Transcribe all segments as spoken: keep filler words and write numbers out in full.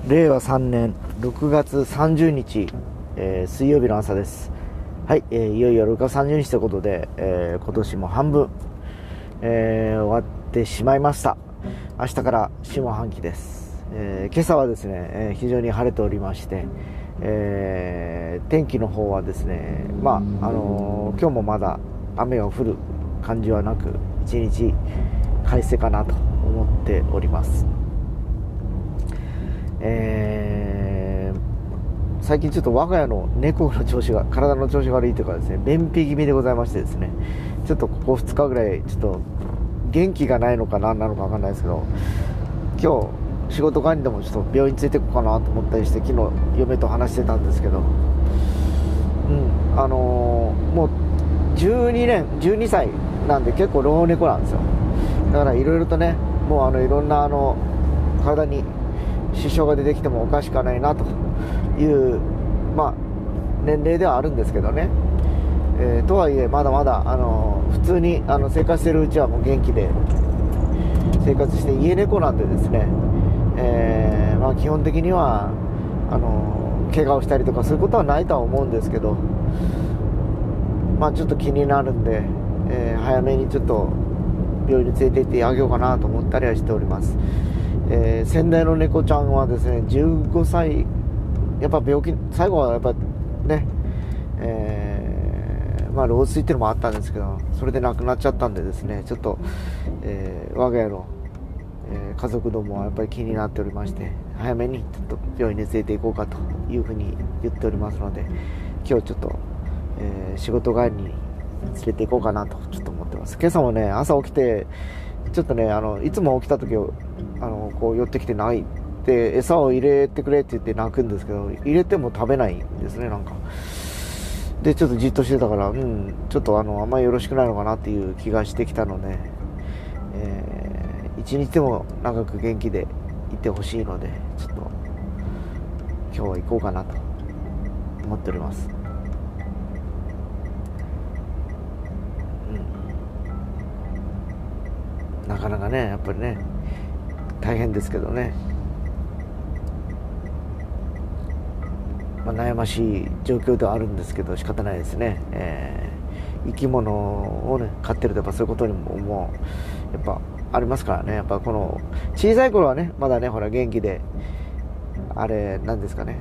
れいわさんねんろくがつさんじゅうにち、えー、水曜日の朝です。はい、えー、いよいよろくがつさんじゅうにちということで、えー、今年も半分、えー、終わってしまいました。明日から下半期です。えー、今朝はですね、えー、非常に晴れておりまして、えー、天気の方はですね、まああのー、今日もまだ雨が降る感じはなく、一日快晴かなと思っております。えー、最近ちょっと我が家の猫の調子が体の調子が悪いというかですね、便秘気味でございましてですね、ちょっとここふつかぐらいちょっと元気がないのか何なのか分かんないですけど、今日仕事帰りでもちょっと病院ついていこうかなと思ったりして、昨日嫁と話してたんですけど、うんあのー、もうじゅうにねんじゅうにさいなんで結構老猫なんですよ。だからいろいろとね、もうあのいろんなあの体に支障が出てきてもおかしくはないなという、まあ、年齢ではあるんですけどね、えー、とはいえまだまだ、あのー、普通にあの生活しているうちはもう元気で生活して、家猫なんでですね、えーまあ、基本的にはあのー、怪我をしたりとかそういうことはないとは思うんですけど、まあ、ちょっと気になるんで、えー、早めにちょっと病院に連れて行ってあげようかなと思ったりはしております。えー、先代の猫ちゃんはですねじゅうごさい、やっぱ病気最後はやっぱね、えー、まあ老衰っていうのもあったんですけど、それで亡くなっちゃったんでですね、ちょっと、えー、我が家の、えー、家族どもはやっぱり気になっておりまして、早めにちょっと病院に連れて行こうかというふうに言っておりますので、今日ちょっと、えー、仕事帰りに連れて行こうかなとちょっと思ってます。今朝もね、朝起きてちょっとね、あのいつも起きた時をあのこう寄ってきて泣いて、餌を入れてくれって言って泣くんですけど、入れても食べないんですね。なんかでちょっとじっとしてたから、うんちょっとあのあんまりよろしくないのかなっていう気がしてきたので、えー、一日でも長く元気でいてほしいので、ちょっと今日は行こうかなと思っております。なかなかね、やっぱりね大変ですけどね、まあ、悩ましい状況ではあるんですけど仕方ないですね。えー、生き物をね飼ってるとやっぱそういうことにももうやっぱありますからね。やっぱこの小さい頃はねまだねほら元気で、あれなんですかね、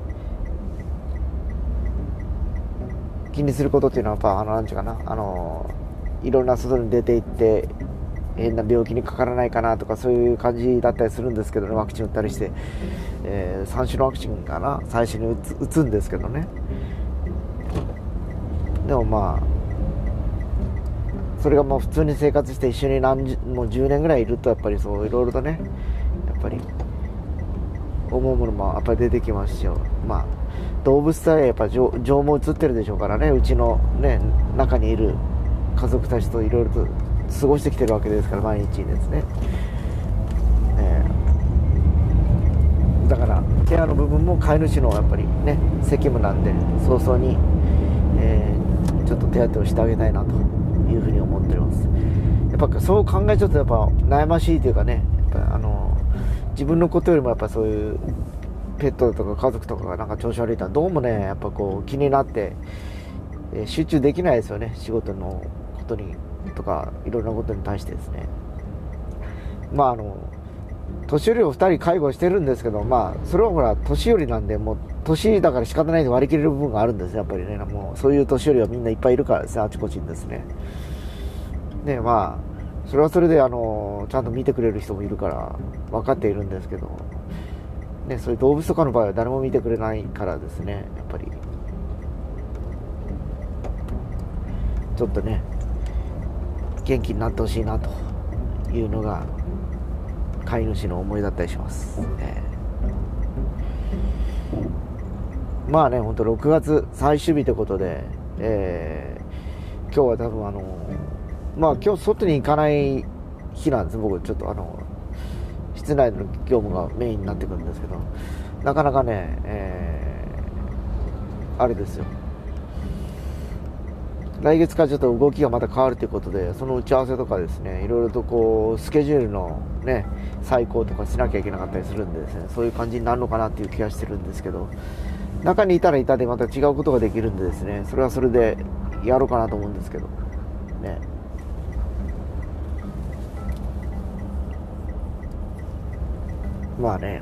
気にすることっていうのはやっぱあのなんちゅうかな、あのいろんな外に出て行って変な病気にかからないかなとかそういう感じだったりするんですけどね、ワクチン打ったりして、えー、さん種のワクチンかな最初に打つ、打つんですけどね。でもまあそれがもう普通に生活して一緒に何十もうじゅうねんぐらいいると、やっぱりそういろいろとねやっぱり思うものもやっぱり出てきますし、まあ動物さえやっぱ情情も移ってるでしょうからね、うちのね中にいる家族たちといろいろと過ごしてきてるわけですから、毎日ですね、えー、だからケアの部分も飼い主のやっぱりね責務なんで、早々に、えー、ちょっと手当てをしてあげたいなというふうに思っております。やっぱそう考えちゃうとやっぱ悩ましいというかね、やっぱあの自分のことよりもやっぱそういうペットとか家族とかがなんか調子悪いとどうもねやっぱこう気になって、えー、集中できないですよね、仕事のことにとかいろんなことに対してですね。まああの年寄りをふたり介護してるんですけど、まあそれはほら年寄りなんで、もう年だから仕方ないで割り切れる部分があるんですね、やっぱりね。もうそういう年寄りはみんないっぱいいるからですね、あちこちにですね。でまあそれはそれであのちゃんと見てくれる人もいるから分かっているんですけど、ね、そういう動物とかの場合は誰も見てくれないからですね、やっぱりちょっとね元気になってほしいなというのが飼い主の思いだったりします。えー、まあね、本当ろくがつ最終日ということで、えー、今日は多分あのまあ今日外に行かない日なんです。僕ちょっとあの室内の業務がメインになってくるんですけど、なかなかね、えー、あれですよ、 来月からちょっと動きがまた変わるということで、その打ち合わせとかですね、いろいろとこうスケジュールのね再考とかしなきゃいけなかったりするんでですね、そういう感じになるのかなっていう気がしてるんですけど、中にいたらいたでまた違うことができるんでですね、それはそれでやろうかなと思うんですけどね。まあね、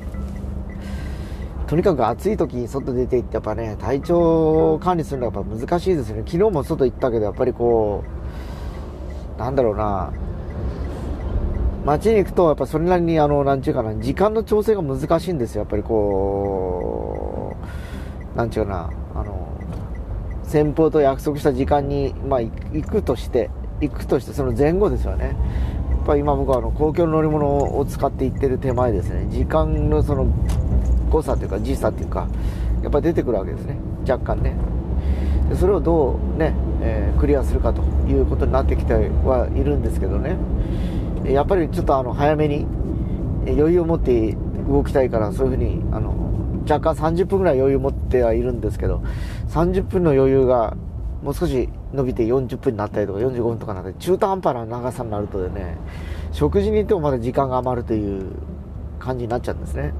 とにかく暑い時に外出て行ってやっぱね、体調管理するのはやっぱ難しいですね。昨日も外行ったけどやっぱりこうなんだろうな、街に行くとやっぱそれなりにあのなんちゅうかな、時間の調整が難しいんですよ。やっぱりこうなんちゅうかな、あの先方と約束した時間にまあ行くとして行くとしてその前後ですよね。やっぱり今僕はあの公共の乗り物を使って行ってる手前ですね、時間のその誤差というか時差というかやっぱり出てくるわけですね、若干ね。でそれをどうね、えー、クリアするかということになってきてはいるんですけどね、やっぱりちょっとあの早めに余裕を持って動きたいから、そういうふうにあの若干さんじゅっぷんぐらい余裕を持ってはいるんですけど、さんじゅっぷんの余裕がもう少し伸びてよんじゅっぷんになったりとかよんじゅうごふんとかなって中途半端な長さになるとでね、食事に行ってもまだ時間が余るという感じになっちゃうんですね。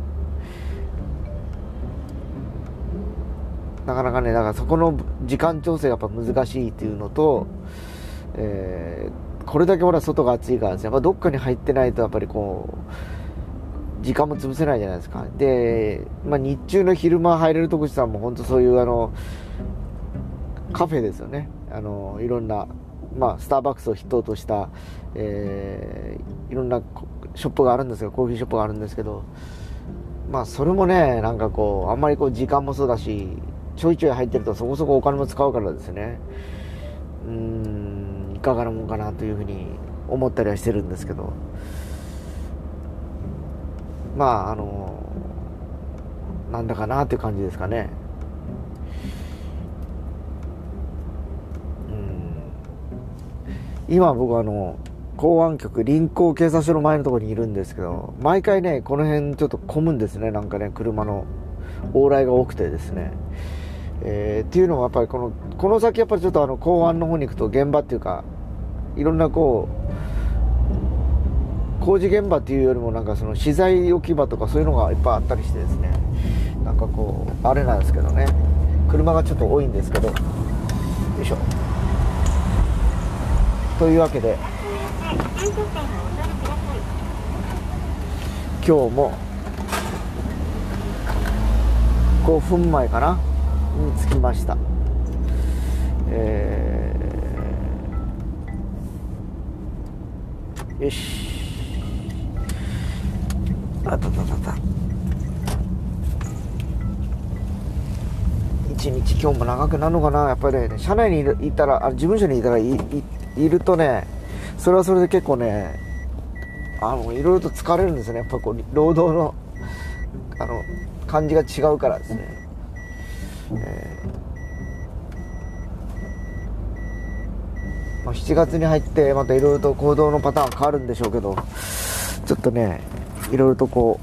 なかなかね、だからそこの時間調整がやっぱ難しいっていうのと、えー、これだけほら外が暑いからですね、やっぱどっかに入ってないとやっぱりこう時間も潰せないじゃないですか。で、まあ、日中の昼間入れるとこさんも本当そういうあのカフェですよね。あのいろんな、まあ、スターバックスを筆頭とした、えー、いろんなショップがあるんですよ、コーヒーショップがあるんですけど、まあそれもね、なんかこうあんまりこう時間もそうだし、ちょいちょい入ってるとそこそこお金も使うからですね、うーん、いかがなもんかなというふうに思ったりはしてるんですけど、まああのなんだかなっていう感じですかね。うん、今僕はあの公安局臨港警察署の前のところにいるんですけど、毎回ねこの辺ちょっと混むんですね。なんかね車の往来が多くてですね、えー、っていうのはやっぱりこのこの先やっぱりちょっとあの公安の方に行くと現場っていうか、いろんなこう工事現場っていうよりもなんかその資材置き場とかそういうのがいっぱいあったりしてですね、なんかこうあれなんですけどね、車がちょっと多いんですけど、よいしょ。というわけで今日もごふんまえかなに着きました。えー、よし、あたたたた、一日今日も長くなるのかな。やっぱりね、車内にいたら、あ、事務所にいたら い, い, いるとね、それはそれで結構ね、あのいろいろと疲れるんですね。やっぱこう労働のあの感じが違うからですね、えーまあ、しちがつに入ってまたいろいろと行動のパターン変わるんでしょうけど、ちょっとねいろいろとこ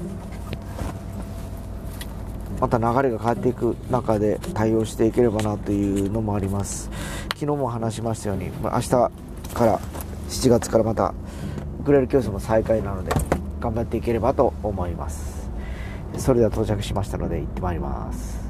うまた流れが変わっていく中で対応していければなというのもあります。昨日も話しましたように、明日からしちがつからまたウクレレ教室も再開なので頑張っていければと思います。それでは到着しましたので行ってまいります。